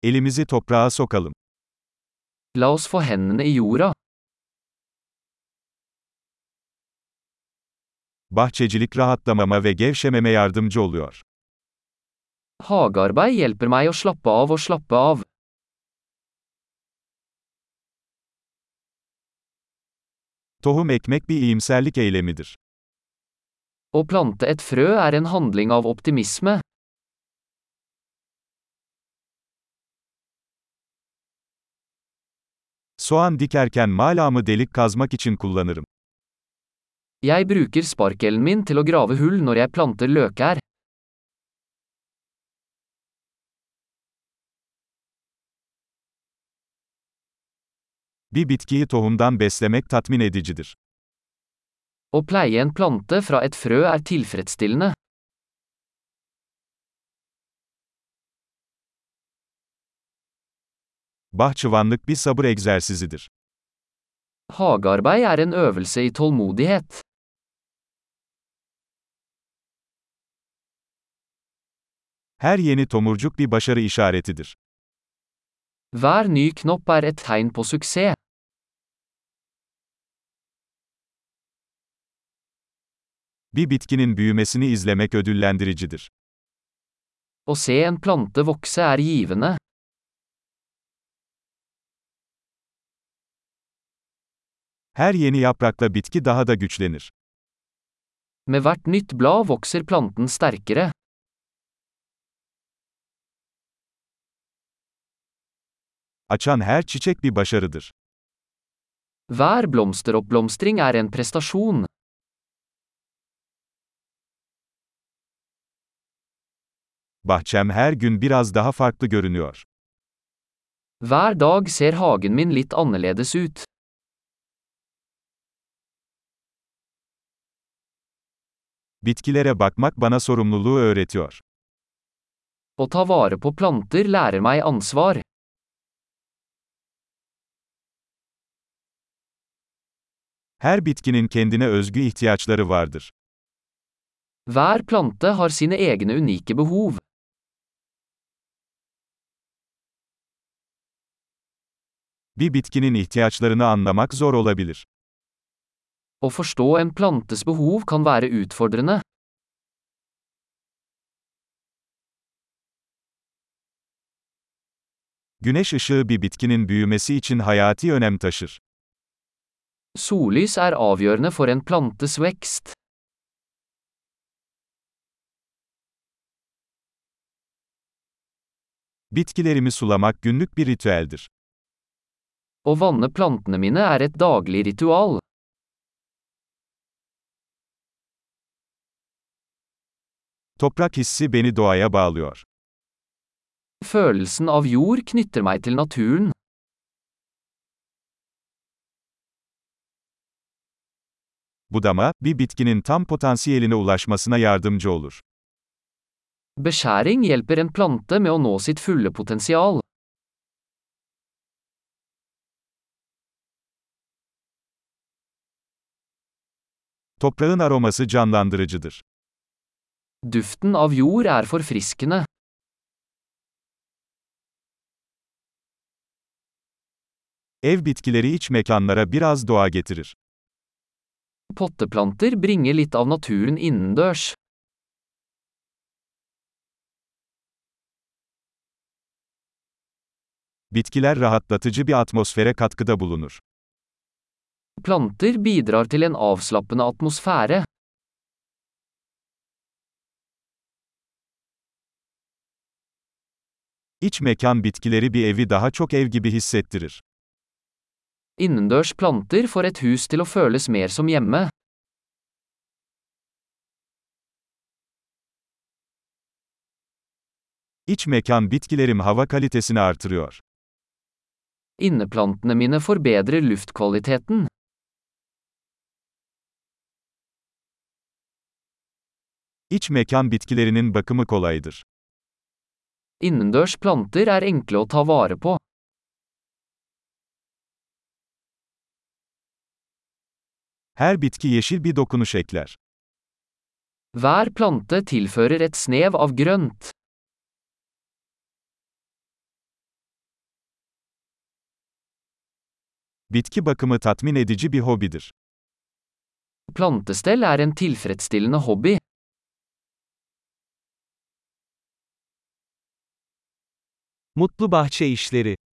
Elimizi toprağa sokalım. La oss få hendene i jorda. Bahçecilik rahatlamama ve gevşememe yardımcı oluyor. Hagearbeid hjelper meg å slappe av og slappe av. Tohum ekmek bir iyimserlik eylemidir. Å plante et frø er en handling av optimisme. Soğan dikerken malamı delik kazmak için kullanırım. Jeg bruker sparkelen min til å grave hull når jeg planter løkær. Bir bitkiyi tohumdan beslemek tatmin edicidir. Å pleie en plante fra et frø er tilfredsstillende. Bahçıvanlık bir sabır egzersizidir. Hagearbeid er en øvelse i tålmodighet. Her yeni tomurcuk bir başarı işaretidir. Hver ny knopp er et tegn på suksess. Bir bitkinin büyümesini izlemek ödüllendiricidir. Å se en plante vokse er givende. Her yeni yaprakla bitki daha da güçlenir. Med hvert nytt blad vokser planten sterkere. Açan her çiçek bir başarıdır. Hver blomsteroppblomstring er en prestasjon. Bahçem her gün biraz daha farklı görünüyor. Hver dag ser hagen min litt annerledes ut. Bitkilere bakmak bana sorumluluğu öğretiyor. Å ta vare på planter lærer meg ansvar. Her bitkinin kendine özgü ihtiyaçları vardır. Hver plante har sine egne unike behov. Bir bitkinin ihtiyaçlarını anlamak zor olabilir. Å forstå en plantes behov kan være utfordrende. Güneş ışığı bir bitkinin büyümesi için hayati önem taşır. Sollys er avgjørende for en plantes vekst. Bitkilerimi sulamak günlük bir ritüeldir. Å vanne plantene mine er et daglig ritual. Toprak hissi beni doğaya bağlıyor. Følelsen av jord knytter meg til naturen. Budama, bir bitkinin tam potansiyeline ulaşmasına yardımcı olur. Beskjæring hjelper en plante med å nå sitt fulle potensial. Toprağın aroması canlandırıcıdır. Duften av jord er forfriskende. Ev bitkileri iç mekanlara biraz doğa getirir. Potteplanter bringer litt av naturen innendørs. Bitkiler rahatlatıcı bir atmosfere katkıda bulunur. Planter bidrar til en avslappende atmosfære. İç mekan bitkileri bir evi daha çok ev gibi hissettirir. Innendørs planter får et hus til å føles mer som hjemme. İç mekan bitkilerim hava kalitesini artırıyor. Inneplantene mine forbedrer luftkvaliteten. İç mekan bitkilerinin bakımı kolaydır. Innendørs planter er enkle å ta vare på. Her bitki yeşil bir dokunuş ekler. Hver plante tilfører et snev av grønt. Bitki bakımı tatmin edici bir hobidir. Plantestell er en tilfredsstillende hobby. Mutlu bahçe işleri.